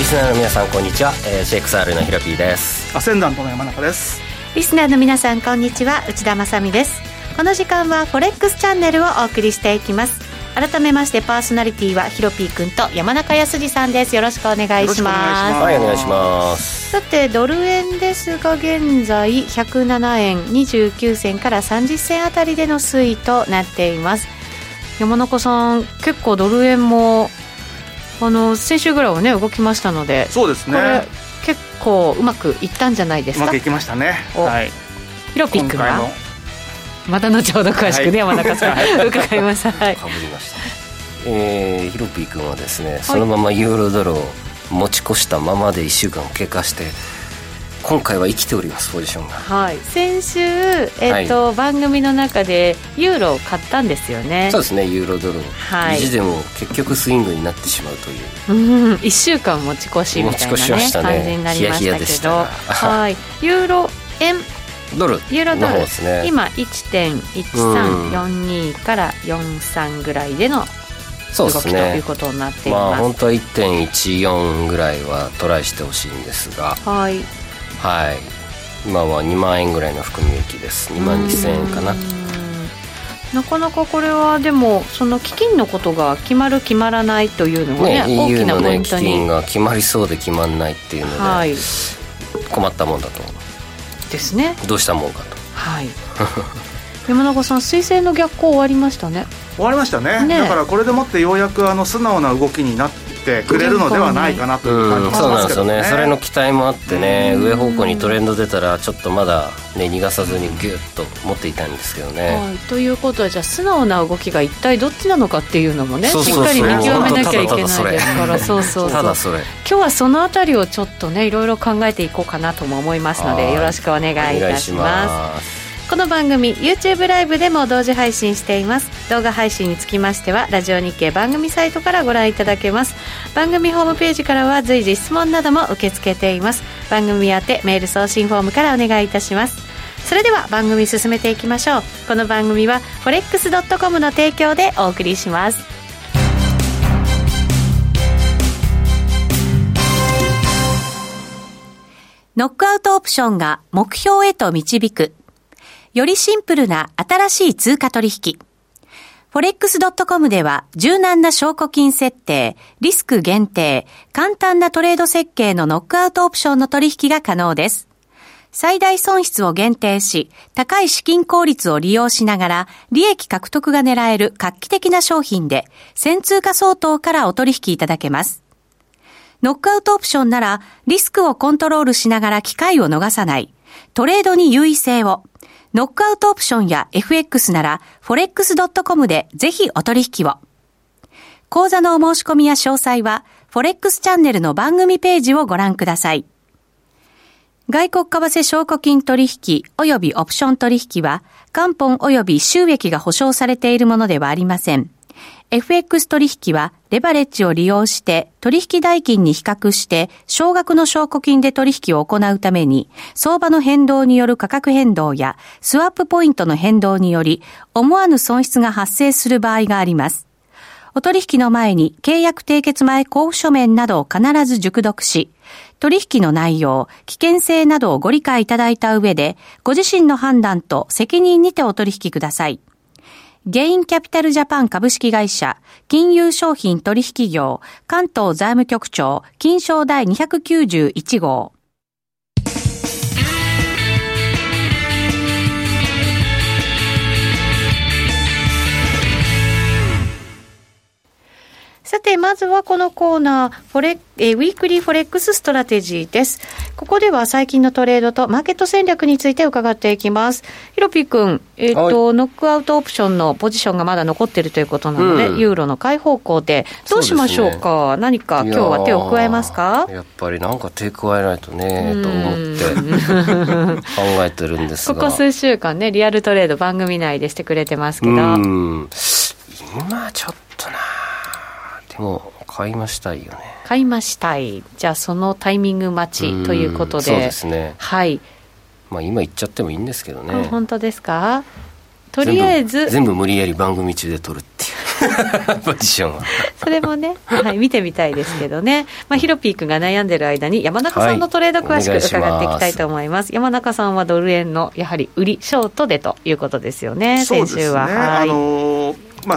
スナーの皆さんこんにちは、CXR のヒロピーです。 アセンダントの山中です。 リスナーの皆さんこんにちは、内田まさみです。この時間はフォレックスチャンネルをお送りしていきます。改めましてパーソナリティはヒロピーくんと山中康二さんです。よろしくお願いします。 はい、お願いします。 さてドル円ですが現在107円29銭から30銭あたりでの推移となっています。山中さん結構ドル円も先週ぐらいはね動きましたので、 そうですね、 これ結構うまくいったんじゃないですか。 うまくいきましたね。はい、 ヒロピーくんがまた後ほど詳しくね、はい、山中さん伺います。はい、 かぶりました。ヒロピー君はですね、そのままユーロドルを持ち越したままで1週間経過して今回は生きております。ポジションが、はい、 先週、番組の中でユーロを買ったんですよね。 そうですね、ユーロドルを、はい、意地でも結局スイングになってしまうという、 1週間持ち越しみたいな、ね、 持ち越しましたね。 感じになりましたけど、 ヒヤヒヤでしたはい、ユーロ円ドルユーロドル、 ね、 今 1.1342 から43ぐらいでの動きということになっています。 本当は 1.14 ぐらいはトライしてほしいんですが、 はい、 はい、今は2万円ぐらいの含み益です。2万2000円かな。 なかなかこれはでもその基金のことが決まる決まらないというのが、ね、大きなポイントに、 基金が決まりそうで決まらないっていうので、はい、困ったもんだとですね。 どうしたもんかと、 はい、山中さん水星の逆行終わりましたね。 終わりました ね。だからこれでもってようやく素直な動きになってくれるのではないかなという感じがしますけどね。そうなんですよね。それの期待もあってね、上方向にトレンド出たらちょっとまだ、ね、逃がさずにギュッと持っていたんですけどね、 はい、ということはじゃあ素直な動きが一体どっちなのかっていうのもね、しっかり見極めなきゃいけないですからそうただそれ今日はそのあたりをちょっとねいろいろ考えていこうかなとも思いますのでよろしくお願いいたします。この番組 YouTube ライブでも同時配信しています。動画配信につきましてはラジオ日経番組サイトからご覧いただけます。番組ホームページからは随時質問なども受け付けています。番組宛てメール送信フォームからお願いいたします。それでは番組進めていきましょう。この番組は forex.com の提供でお送りします。ノックアウトオプションが目標へと導くよりシンプルな新しい通貨取引。forex.com では柔軟な証拠金設定、リスク限定、簡単なトレード設計のノックアウトオプションの取引が可能です。最大損失を限定し、高い資金効率を利用しながら利益獲得が狙える画期的な商品で、1000通貨相当からお取引いただけます。ノックアウトオプションならリスクをコントロールしながら機会を逃さない、トレードに優位性を、ノックアウトオプションや FX なら forex.com でぜひお取引を。講座のお申し込みや詳細は Forex チャンネルの番組ページをご覧ください。外国為替証拠金取引及びオプション取引は元本及び収益が保証されているものではありません。FX 取引はレバレッジを利用して取引代金に比較して少額の証拠金で取引を行うために相場の変動による価格変動やスワップポイントの変動により思わぬ損失が発生する場合があります。お取引の前に契約締結前交付書面などを必ず熟読し、取引の内容、危険性などをご理解いただいた上でご自身の判断と責任にてお取引ください。ゲインキャピタルジャパン株式会社金融商品取引業関東財務局長金商第291号。さてまずはこのコーナーウィークリーフォレックスストラテジーです。ここでは最近のトレードとマーケット戦略について伺っていきます。ヒロピー君、ノックアウトオプションのポジションがまだ残っているということなので、ユーロの買い方向でどうしましょうか。何か今日は手を加えますか。 やっぱりなんか手加えないとねと思って考えてるんですが、 ここ数週間ねリアルトレード番組内でしてくれてますけど、 今ちょっとなもう買い増したいよね。 買い増したい。じゃあそのタイミング待ちということで、 そうですね。 はい。 まあ今言っちゃってもいいんですけどね。 本当ですか。とりあえず全部無理やり番組中で撮るっていうポジションはそれもね、はい、見てみたいですけどね。ヒロピー君が悩んでる間に山中さんのトレード詳しく伺っていきたいと思います。山中さんはドル円のやはり売りショートでということですよね。先週は。はい、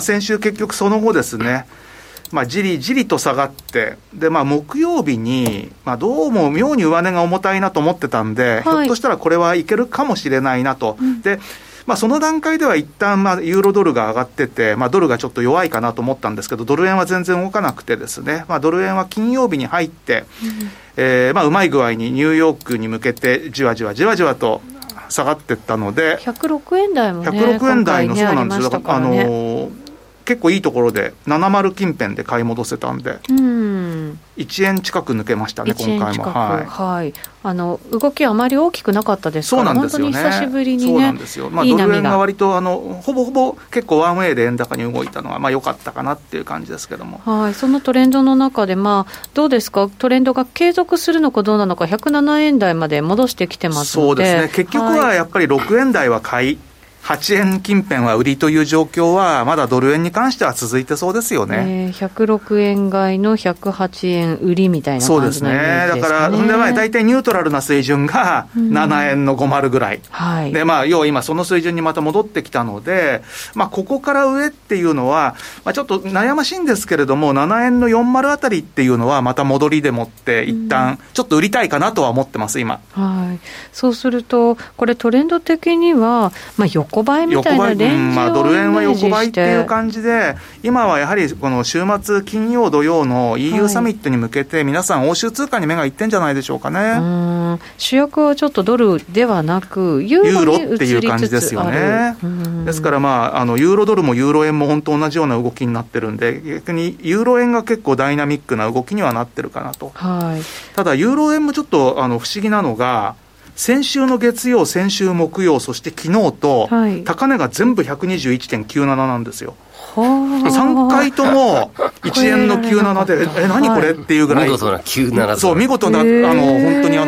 先週結局その後ですね、じりじりと下がって、で、木曜日に、どうも妙に上値が重たいなと思ってたんで、ひょっとしたらこれはいけるかもしれないなと。で、その段階では一旦ユーロドルが上がってて、ドルがちょっと弱いかなと思ったんですけど、ドル円は全然動かなくてですね、ドル円は金曜日に入って、うまい具合にニューヨークに向けてじわじわと下がっていったので、 106円台もね、 106円台の、 ね、 そうなんですよ。結構いいところで70近辺で買い戻せたんで、1円近く抜けましたね、今回も。 はい、動きあまり大きくなかったですから、 そうなんですよね、 本当に久しぶりにね、 そうなんですよ。ドル円が割とほぼほぼ結構ワンウェイで円高に動いたのは良かったかなっていう感じですけども、 はい、そのトレンドの中で、どうですか、トレンドが継続するのかどうなのか、107円台まで戻してきてますので、 そうですね、結局はやっぱり6円台は買い、8円近辺は売りという状況はまだドル円に関しては続いてそうですよね。 106円買いの108円売りみたいな感じのイメージですかね。 そうですね。だから大体ニュートラルな水準が7円の50ぐらい、で要は今その水準にまた戻ってきたので、ここから上っていうのは、ちょっと悩ましいんですけれども、7円の40あたりっていうのはまた戻りでもって一旦ちょっと売りたいかなとは思ってます今。 そうするとこれトレンド的には、横ばいみたいなレンジをイメージして、 ドル円は横ばいっていう感じで、今はやはりこの週末金曜土曜の EU サミットに向けて皆さん欧州通貨に目がいってんじゃないでしょうかね。 主役はちょっとドルではなくユーロに移りつつある。ユーロっていう感じですよね。 ですからユーロドルもユーロ円も本当同じような動きになってるんで、逆にユーロ円が結構ダイナミックな動きにはなってるかなと。ただユーロ円もちょっと不思議なのが、先週の月曜、先週木曜、そして昨日と、高値が全部 121.97 なんですよ。3回とも1円の97で何これっていうぐらい、 見事な97、 そう見事な本当に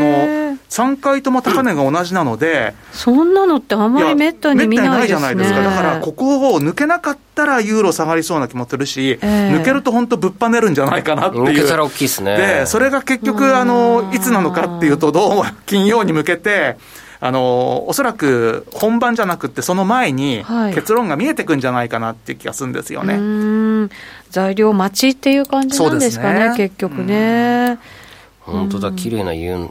3回とも高値が同じなので、 そんなのってあんまりめったに見ないですね。 めったにないじゃないですか。だからここを抜けなかったらユーロ下がりそうな気もするし、抜けると本当ぶっぱねるんじゃないかなっていう。 抜けたら大きいですね。 でそれが結局いつなのかっていうと、どうも金曜に向けておそらく本番じゃなくてその前に結論が見えてくんじゃないかなっていう気がするんですよね。 材料待ちっていう感じなんですかね、結局ね。 本当だ、綺麗な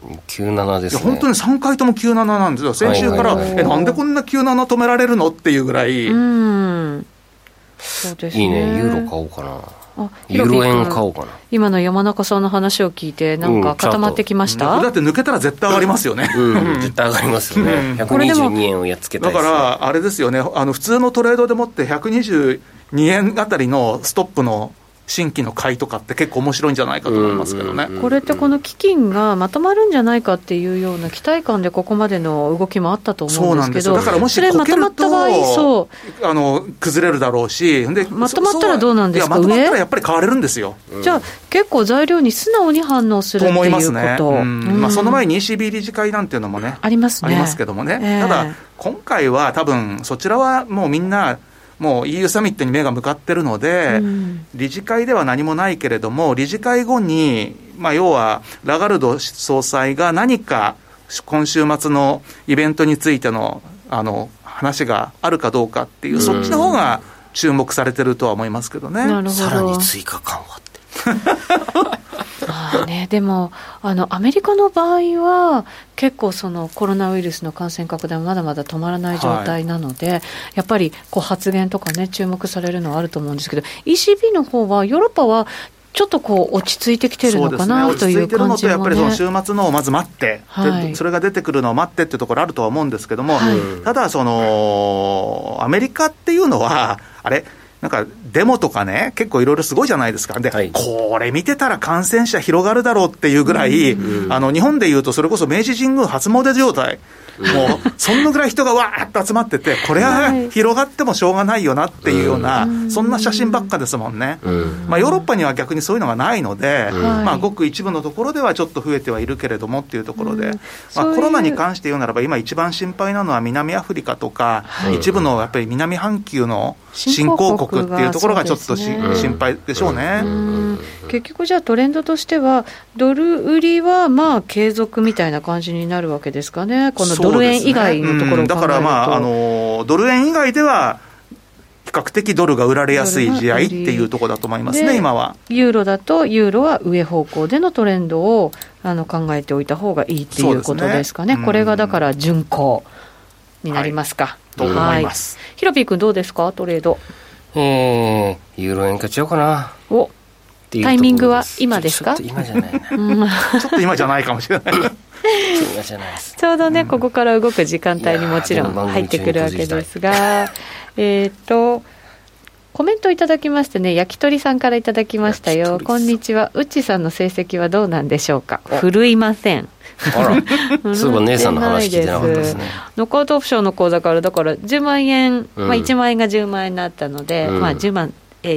97ですね。 本当に3回とも97なんですよ。先週から、なんでこんな97止められるのっていうぐらい。 そうですね。 いいね、ユーロ買おうかな。ユーロ円買おうかな。 今の山中さんの話を聞いてなんか固まってきました。 だって抜けたら絶対上がりますよね。 絶対上がりますよね。122円をやっつけたいですね。 だからあれですよね、普通のトレードでもって122円あたりのストップの新規の買いとかって結構面白いんじゃないかと思いますけどね。 これってこの基金がまとまるんじゃないかっていうような期待感でここまでの動きもあったと思うんですけど、 そうなんですよ。だからもしこけると崩れるだろうし、でまとまったらどうなんですか。 まとまったらやっぱり買われるんですよ。 じゃあ結構材料に素直に反応するっていうことと思いますね。その前に ECB 理事会なんていうのもねありますけどもね、ただ今回は多分そちらはもうみんなもう EU サミットに目が向かってるので、理事会では何もないけれども、理事会後に、要はラガルド総裁が何か今週末のイベントについての話があるかどうかっていう、そっちの方が注目されてるとは思いますけどね。 さらに追加緩和ってでもアメリカの場合は結構そのコロナウイルスの感染拡大もまだまだ止まらない状態なので、やっぱり発言とかね注目されるのはあると思うんですけど、 ECB の方はヨーロッパはちょっと落ち着いてきてるのかなという感じもね。落ち着いてるのとやっぱりその週末のをまず待って、それが出てくるのを待ってっていうところあるとは思うんですけども、ただそのアメリカっていうのはなんかデモとかね結構いろいろすごいじゃないですか。で、これ見てたら感染者広がるだろうっていうぐらい、日本でいうとそれこそ明治神宮初詣状態もうそんなぐらい人がわーっと集まってて、これは広がってもしょうがないよなっていうような、そんな写真ばっかですもんね。まあ、ヨーロッパには逆にそういうのがないので、まあ、ごく一部のところではちょっと増えてはいるけれどもっていうところで、まあ、コロナに関して言うならば今一番心配なのは南アフリカとか、一部のやっぱり南半球の新興国っていうところがちょっと心配でしょうね。 結局じゃあトレンドとしてはドル売りはまあ継続みたいな感じになるわけですかね、このドル円以外のところを考えると。 だからまあドル円以外では比較的ドルが売られやすい試合っていうところだと思いますね。今はユーロだとユーロは上方向でのトレンドを考えておいた方がいいっていうことですかね。これがだから順行になりますか、 と思います。 ヒロピー君どうですか、トレード。 ユーロ円買っちゃおうかな。 お、タイミングは今ですか。 ちょっと今じゃないなちょっと今じゃないかもしれない今じゃないです。 ちょうどね、ここから動く時間帯にもちろん入ってくるわけですが、コメントいただきましてね、焼き鳥さんからいただきましたよ。こんにちは。うっちさんの成績はどうなんでしょうか。振るいません。 あら、そういえば姉さんの話聞いてなかったですね。 ノックアウトオプションの口座からだから10万円、まあ、1万円が10万円になったので、まあ、10万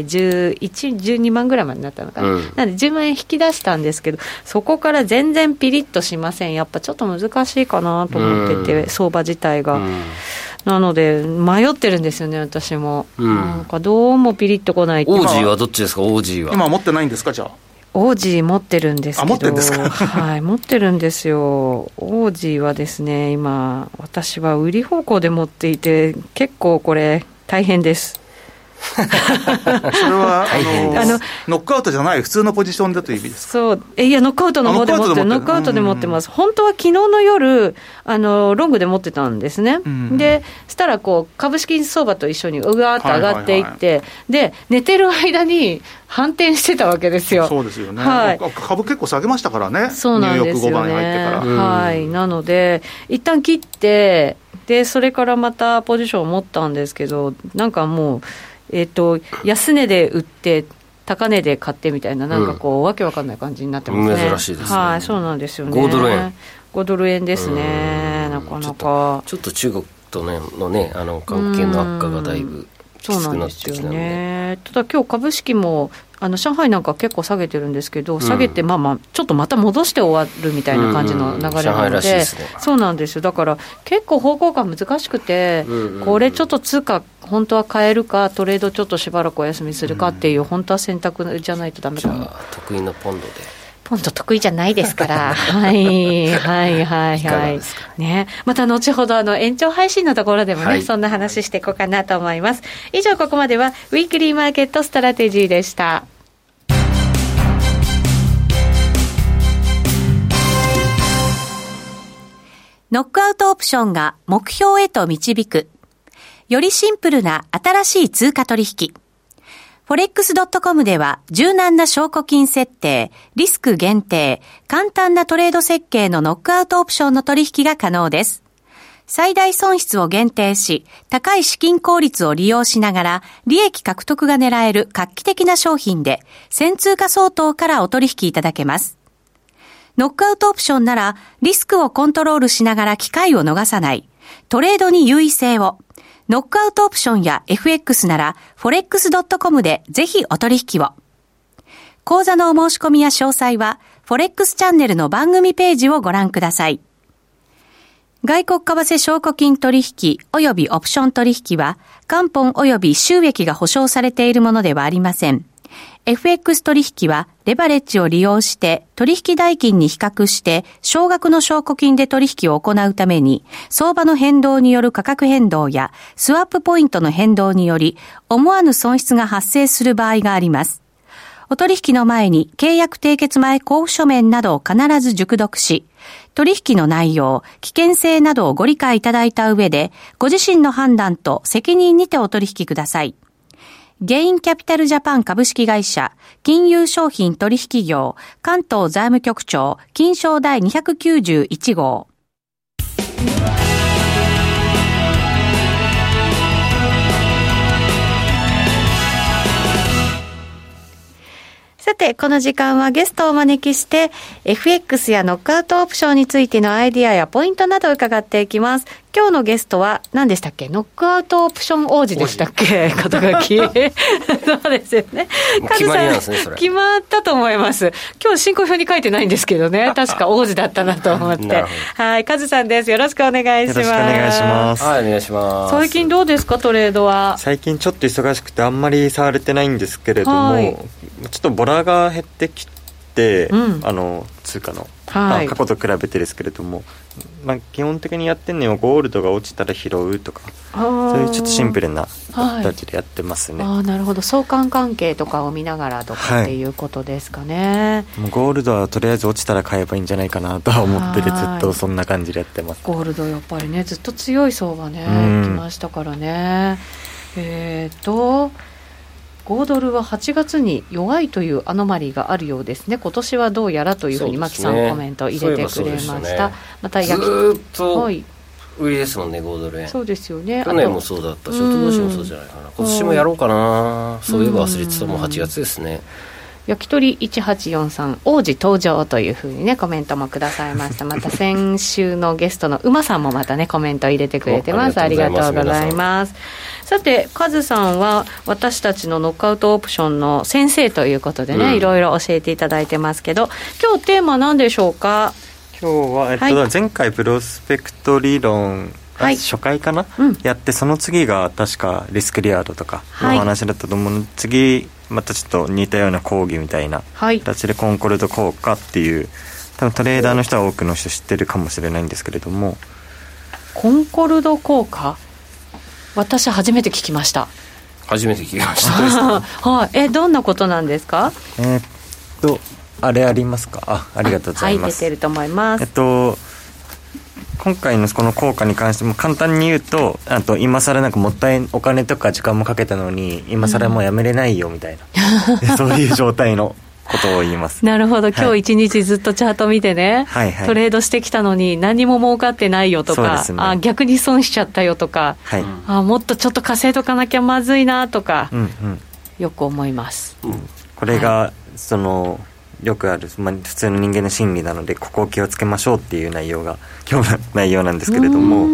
12万ぐらいまでになったのかな、なので10万円引き出したんですけど、そこから全然ピリッとしません。やっぱちょっと難しいかなと思ってて、相場自体が、なので迷ってるんですよね、私も、なんかどうもピリッとこない。 オージーはどっちですか。オージーは今持ってないんですか。じゃあオージー持ってるんですけど。 持ってるんですかはい、持ってるんですよ。オージーはですね、今私は売り方向で持っていて、結構これ大変です。 それはノックアウトじゃない普通のポジションでという意味ですか。 そう、いやノックアウトの方で持ってる、ノックアウトで持ってます。本当は昨日の夜ロングで持ってたんですね、でしたらこう株式相場と一緒にうわーっと上がっていって、で寝てる間に反転してたわけですよ。 そうですよね、 はい、 株結構下げましたからね。 そうなんですよね、 ニューヨーク5番に入ってから、 はい、なので一旦切って、でそれからまたポジションを持ったんですけど、なんかもう安値で売って高値で買ってみたいな、なんかこう、わけわかんない感じになってますね。 珍しいですね。 はい、そうなんですよね。 5ドル円 5ドル円ですね。なかなかちょっと中国とのね関係の悪化がだいぶきつくなってきたので、 そうなんですよね。ただ今日株式も上海なんか結構下げてるんですけど、下げてまあまあちょっとまた戻して終わるみたいな感じの流れなので、 上海らしいですね。 そうなんですよ。だから結構方向感難しくて、これちょっと通貨本当は変えるか、トレードちょっとしばらくお休みするかっていう、本当は選択じゃないとダメだな。 じゃあ得意のポンドで。 ポンド得意じゃないですからはいはいはいはい、ね、また後ほど延長配信のところでもね、そんな話していこうかなと思います。以上、ここまではウィークリーマーケットストラテジーでした。 ノックアウトオプションが目標へと導く、よりシンプルな新しい通貨取引。forex.com では柔軟な証拠金設定、リスク限定、簡単なトレード設計のノックアウトオプションの取引が可能です。最大損失を限定し、高い資金効率を利用しながら利益獲得が狙える画期的な商品で、1000通貨相当からお取引いただけます。ノックアウトオプションならリスクをコントロールしながら機会を逃さない、トレードに優位性を。ノックアウトオプションや FX なら forex.com でぜひお取引を。講座のお申し込みや詳細は Forex チャンネルの番組ページをご覧ください。外国為替証拠金取引及びオプション取引は元本及び収益が保証されているものではありません。FX 取引はレバレッジを利用して取引代金に比較して少額の証拠金で取引を行うために、相場の変動による価格変動やスワップポイントの変動により思わぬ損失が発生する場合があります。お取引の前に契約締結前交付書面などを必ず熟読し、取引の内容、危険性などをご理解いただいた上で、ご自身の判断と責任にてお取引ください。ゲインキャピタルジャパン株式会社、金融商品取引業、関東財務局長、金商第291号。 さて、この時間はゲストをお招きして、FX やノックアウトオプションについてのアイディアやポイントなどを伺っていきます。今日のゲストは何でしたっけ？ノックアウトオプション王子でしたっけ？肩書き。そうですよね。 決まりなんですね、それ。 決まったと思います。今日進行表に書いてないんですけどね。確か王子だったなと思って。はい、カズさんです。よろしくお願いします。 よろしくお願いします。 はい、お願いします。 最近どうですか、トレードは？ 最近ちょっと忙しくてあんまり触れてないんですけれども、はい、ちょっとボラが減ってきて、通貨の、はい、過去と比べてですけれども、基本的にやってるのはゴールドが落ちたら拾うとか、そういうちょっとシンプルな形でやってますね。 なるほど。相関関係とかを見ながらとかっていうことですかね。 もうゴールドはとりあえず落ちたら買えばいいんじゃないかなとは思ってて、ずっとそんな感じでやってます。 ゴールドやっぱりね、ずっと強い相場ね、来ましたからね。5ドルは8月に弱いというアノマリーがあるようですね。今年はどうやらというふうに牧さんコメント入れてくれました。またずっと売りですもんね、5ドル円。 そうですよね。 去年もそうだったし、一昨年もそうじゃないかな。今年もやろうかな。そういえば忘れてた。もう8月ですね。 焼き鳥1843王子登場というふうにねコメントもくださいました。また先週のゲストの馬さんもまたねコメント入れてくれてます。ありがとうございます。さてカズさんは私たちのノックアウトオプションの先生ということでね、いろいろ教えていただいてますけど、今日テーマ何でしょうか？ 今日は、前回プロスペクト理論、初回かな、やって、その次が確かリスクリワードとかの話だったと思うので、次またちょっと似たような講義みたいな形でコンコルド効果っていう、多分トレーダーの人は多くの人知ってるかもしれないんですけれども、 コンコルド効果、私初めて聞きました。 初めて聞きましたはい、どんなことなんですか？ あれありますか？ありがとうございます。 出てると思います。 今回のこの効果に関しても簡単に言うと、今更なんかもったいお金とか時間もかけたのに今更もうやめれないよみたいな、そういう状態のことを言います。 なるほど。今日一日ずっとチャート見てね、トレードしてきたのに何も儲かってないよとか、逆に損しちゃったよとか、もっとちょっと稼いとかなきゃまずいなとか、よく思います。 これがよくある、普通の人間の心理なので、ここを気をつけましょうっていう内容が今日の内容なんですけれども、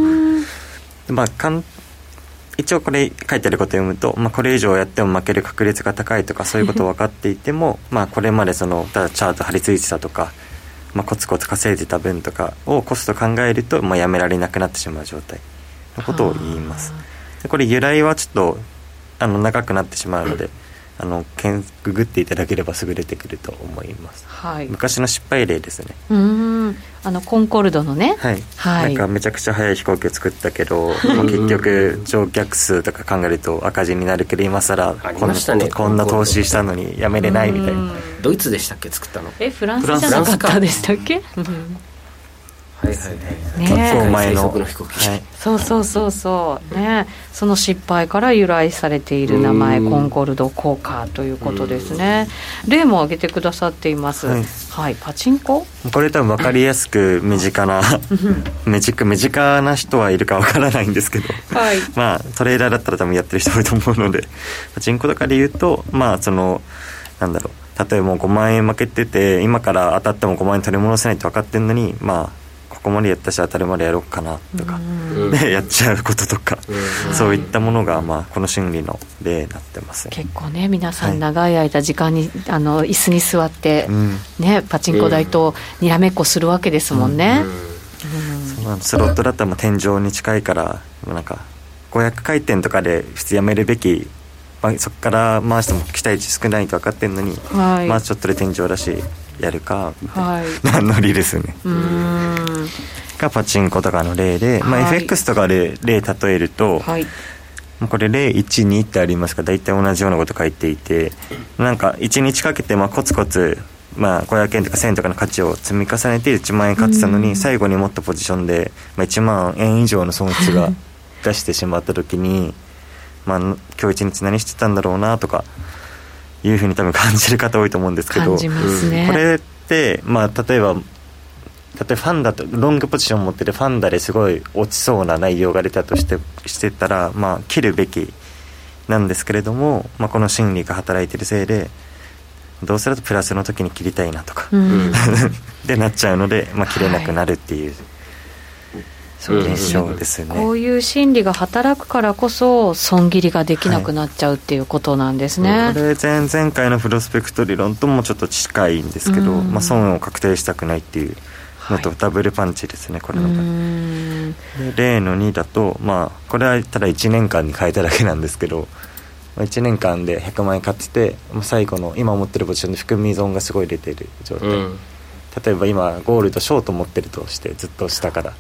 一応これ書いてあることを読むと、これ以上やっても負ける確率が高いとか、そういうこと分かっていてもこれまでただチャート張り付いてたとか、コツコツ稼いでた分とかをコスト考えると、やめられなくなってしまう状態のことを言います。でこれ由来はちょっと長くなってしまうので、ググっていただければすぐ出てくると思います。昔の失敗例ですね。 コンコルドのね、 なんかめちゃくちゃ速い飛行機を作ったけど結局乗客数とか考えると赤字になるけど、今更こんな投資したのにやめれないみたいな。 ドイツでしたっけ、作ったの？ フランスじゃなかったでしたっけ？ 結構前の飛行機、 そうね、その失敗から由来されている名前、コンコルド効果ということですね。例も挙げてくださっています。パチンコ、 これ多分分かりやすく身近な身近な人はいるか分からないんですけど、トレーダーだったら多分やってる人多いと思うので、パチンコとかで言うと、なんだろう、例えばもう5万円負けてて、今から当たっても5万円取り戻せないって分かってるのに、ここまでやったし当たるまでやろうかなとかでやっちゃうこととか、そういったものがこの心理の例になってますね。 結構ね、皆さん長い間時間に椅子に座って、パチンコ台とにらめっこするわけですもんね。 スロットだったら天井に近いから、なんか500回転とかで普通やめるべき、そこから回しても期待値少ないと分かってるのに、ちょっとで天井だしやるかみたいなノリですね。がパチンコとかの例で、FX とかで例例えると、これ例1、2ってありますが、大体同じようなこと書いていて、なんか1日かけてコツコツ500円とか1000円とかの価値を積み重ねて1万円買ってたのに、最後に持ったポジションで1万円以上の損失が出してしまった時に今日一日何してたんだろうなとかいうふうに多分感じる方多いと思うんですけど、 感じますね。 これって例えばファンダとロングポジションを持ってるファンダですごい落ちそうな内容が出たとしてたら、切るべきなんですけれども、この心理が働いているせいでどうせだとプラスの時に切りたいなとか、でなっちゃうので、切れなくなるっていう、そういう現象ですよね。 こういう心理が働くからこそ損切りができなくなっちゃうっていうことなんですね。 これ前々回のプロスペクト理論ともちょっと近いんですけど、損を確定したくないっていうのとダブルパンチですね、これの場合。で例の2だと、これはただ1年間に変えただけなんですけど、1年間で100万円買ってて、最後の今持ってるポジションで含み損がすごい出てる状態、例えば今ゴールドショート持ってるとしてずっと下から、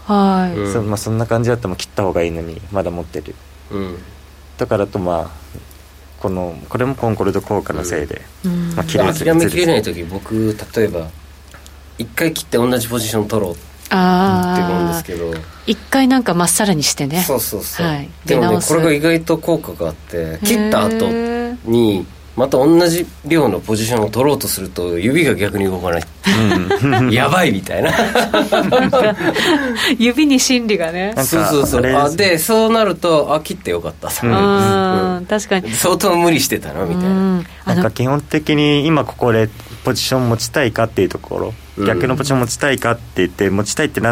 そんな感じだったら切った方がいいのにまだ持ってる、だからとこれもコンコルド効果のせいで、 諦めきれない時、僕例えば1回切って同じポジション取ろうって思うんですけど、 一回なんかまっさらにしてね、 そう、でもねこれが意外と効果があって、切った後にまた同じ量のポジションを取ろうとすると指が逆に動かない、やばいみたいな指に心理がね、 そうでそうなると切ってよかった確かに相当無理してたなみたいな、 なんか基本的に今ここでポジション持ちたいかっていうところ、逆のポジション持ちたいかって言って、持ちたいって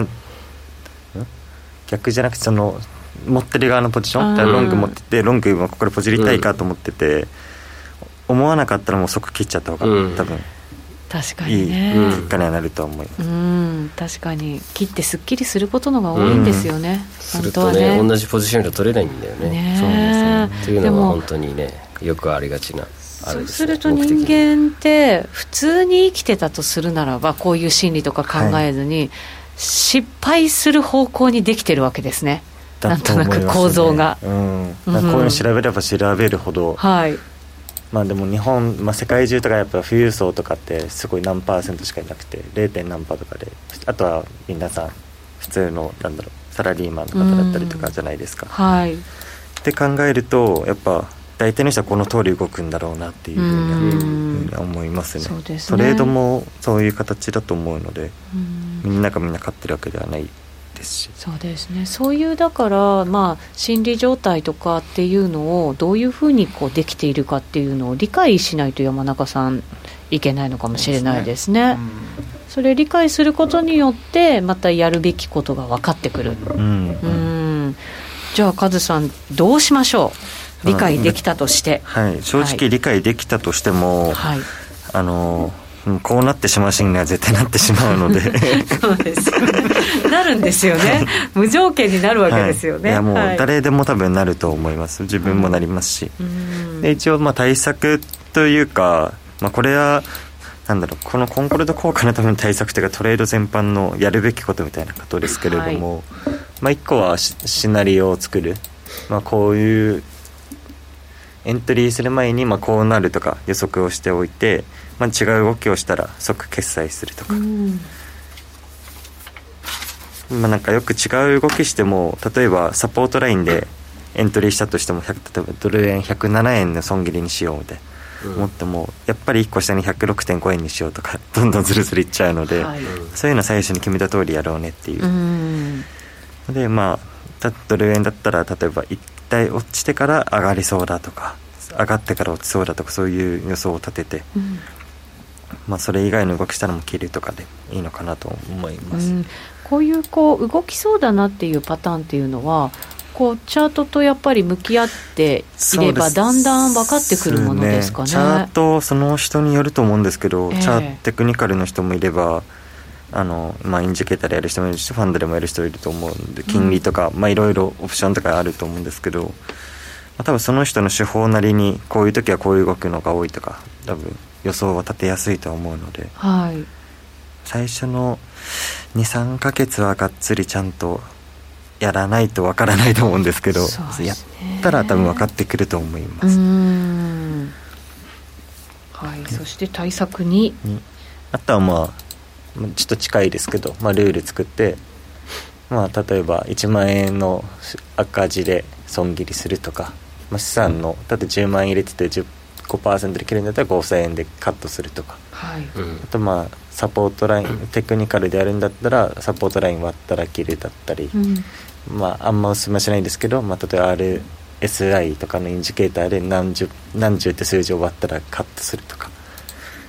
逆じゃなくて持ってる側のポジション、ロング持っててロングはここでポジりたいかと思ってて、思わなかったらもう即切っちゃった方が、多分確かにね、 いい結果にはなると思います。確かに切ってすっきりすることのが多いんですよね、 するとね、同じポジションで取れないんだよね。そうですね。っていうのは本当にね、よくありがちなそうすると人間って普通に生きてたとするならば、こういう心理とか考えずに、失敗する方向にできてるわけですね。なんとなく構造が、 こういうの調べれば調べるほど、でも日本、世界中とかやっぱ富裕層とかってすごい何%しかいなくて 0. 何パーとかで、あとは皆さん普通のサラリーマンの方だったりとかじゃないですか、って考えるとやっぱ大体の人はこの通り動くんだろうなっていうふうに思いますね。 そうですね。 トレードもそういう形だと思うので、みんながみんな買ってるわけではないですし。 そうですね。そういうだから心理状態とかっていうのをどういうふうにできているかっていうのを理解しないと山中さんいけないのかもしれないですね。それ理解することによってまたやるべきことが分かってくる。じゃあカズさんどうしましょう。理解できたとして、 正直理解できたとしても、こうなってしまうシーンには絶対なってしまうのでそうですよね。なるんですよね。無条件になるわけですよね。 いやもう誰でも多分なると思います。自分もなりますし、で一応対策というか、これはこのコンコルド効果のための対策というかトレード全般のやるべきことみたいなことですけれども、1個はシナリオを作る、こういうエントリーする前にこうなるとか予測をしておいて、違う動きをしたら即決済するとか、なんかよく違う動きしても、例えばサポートラインでエントリーしたとしても例えばドル円107円の損切りにしようみたいな思っても、やっぱり1個下に 106.5 円にしようとかどんどんずるずるいっちゃうので、そういうの最初に決めた通りやろうねっていう、でドル円だったら例えば一体落ちてから上がりそうだとか上がってから落ちそうだとか、そういう予想を立てて、それ以外の動きしたらも切るとかでいいのかなと思います。 こういう動きそうだなっていうパターンっていうのはチャートとやっぱり向き合っていればだんだん分かってくるものですかね。 チャートその人によると思うんですけど、チャートテクニカルの人もいればインジケーターでやる人もいるし、ファンドでもやる人いると思うんで、金利とかいろいろオプションとかあると思うんですけど、多分その人の手法なりにこういう時はこういう動くのが多いとか多分予想は立てやすいと思うので、最初の 2,3 ヶ月はがっつりちゃんとやらないとわからないと思うんですけど、やったら多分分かってくると思います。 そして対策に、 あとはちょっと近いですけど、ルール作って、例えば1万円の赤字で損切りするとか、資産のだって10万円入れてて 5% で切るんだったら5000円でカットするとか、あとサポートラインテクニカルでやるんだったらサポートライン割ったら切るだったり、あんまおすすめはしないんですけど、例えば RSI とかのインジケーターで何十って数字を割ったらカットするとか、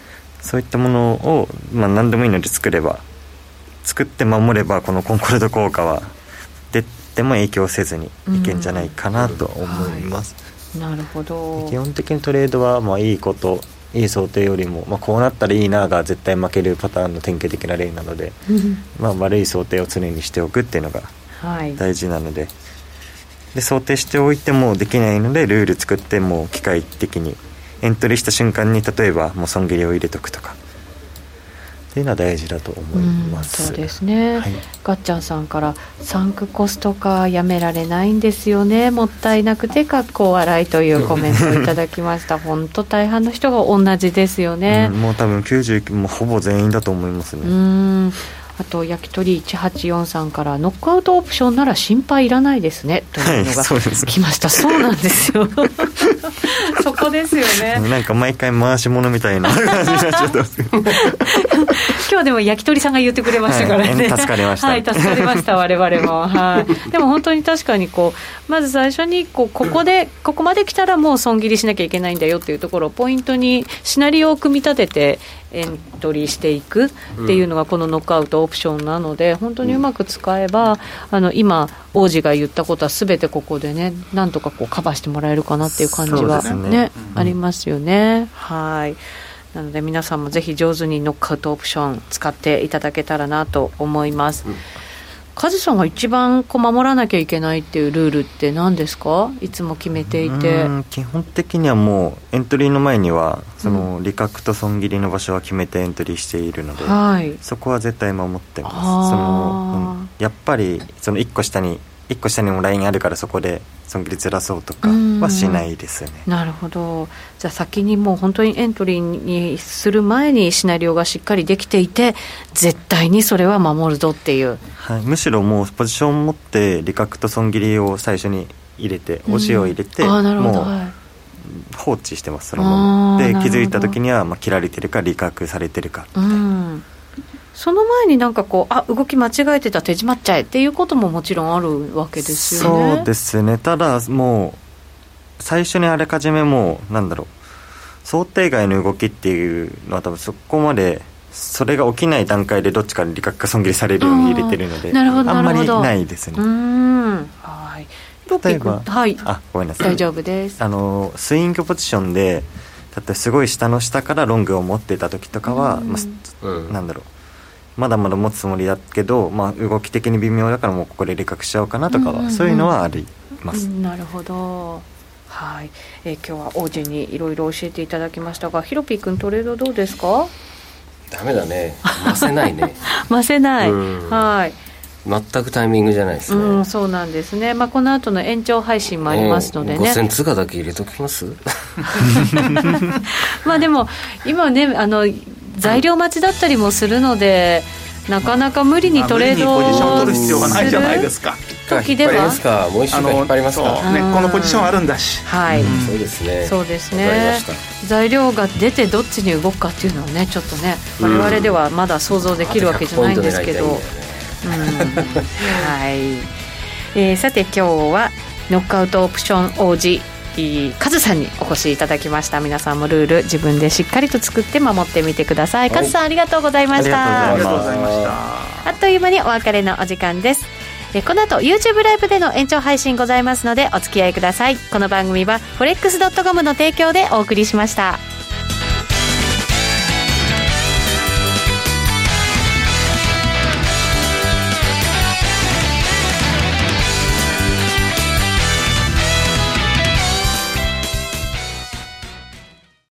そういったものを、何でもいいので作って守ればこのコンコルド効果は出ても影響せずにいけんじゃないかなと思います、 なるほど。 基本的にトレードはいい想定よりも、こうなったらいいなが絶対負けるパターンの典型的な例なので、悪い想定を常にしておくっていうのが大事なので、で想定しておいてもできないのでルール作ってもう機械的にエントリーした瞬間に例えばもう損切りを入れとくとかっていうのは大事だと思います。 そうですね、ガッチャンさんからサンクコストかやめられないんですよね、もったいなくてかっこ笑いというコメントをいただきました本当大半の人が同じですよね、 もう多分99もほぼ全員だと思いますね。 あと焼き鳥184さんからノックアウトオプションなら心配いらないですねというのが来ました、そうなんですよそこですよね。 なんか毎回回し物みたいな感じになっちゃってます今日でも焼き鳥さんが言ってくれましたからね、 助かりました、 助かりました我々も、でも本当に確かにまず最初にここまで来たらもう損切りしなきゃいけないんだよっていうところをポイントにシナリオを組み立ててエントリーしていくっていうのがこのノックアウトオプションなので、本当にうまく使えば今王子が言ったことは全てここでねなんとかカバーしてもらえるかなっていう感じはねありますよね。なので皆さんもぜひ上手にノックアウトオプション使っていただけたらなと思います。カズさんが一番守らなきゃいけないっていうルールって何ですか？いつも決めていて。 基本的にはもうエントリーの前にはその利確と損切りの場所は決めてエントリーしているので、そこは絶対守ってます。やっぱりその1個下にもラインあるからそこで損切りずらそうとかはしないですね。 なるほど。じゃあ先にもう本当にエントリーにする前にシナリオがしっかりできていて絶対にそれは守るぞっていう、 むしろもうポジションを持って利確と損切りを最初に入れて押しを入れて、もう放置してます。そのままで気づいた時には切られてるか利確されてるかみたいな、 その前になんか動き間違えてた手締まっちゃえっていうことももちろんあるわけですよね。 そうですね。ただもう最初にあらかじめもう想定外の動きっていうのは多分そこまでそれが起きない段階でどっちかに利確か損切りされるように入れてるので、あんまりないですね。例えばごめんなさい、 大丈夫です。 スイングポジションで例えばすごい下の下からロングを持ってた時とかは、まだまだ持つつもりだけど、動き的に微妙だからもうここで利確しちゃおうかなとかは、そういうのはあります。 なるほど。今日は王子にいろいろ教えていただきましたが、ヒロピー君トレードどうですか？ ダメだね、回せないね回せない、 全くタイミングじゃないですね。 そうなんですね。この後の延長配信もありますのでね、 5000通貨だけ入れときますでも今ね材料待ちだったりもするのでなかなか無理にトレードをポジションを取る必要はないじゃないですか。 時ではもう一週間引っ張りますか。 根っこのポジションあるんだし、 そうですね。 そうですね。材料が出てどっちに動くかっていうのはねちょっとね我々ではまだ想像できるわけじゃないんですけど、さて今日はノックアウトオプション王子カズさんにお越しいただきました。皆さんもルール自分でしっかりと作って守ってみてください。カズさんありがとうございました。 ありがとうございました。 あっという間にお別れのお時間です。この後 YouTube ライブでの延長配信ございますのでお付き合いください。この番組は forex.com の提供でお送りしました。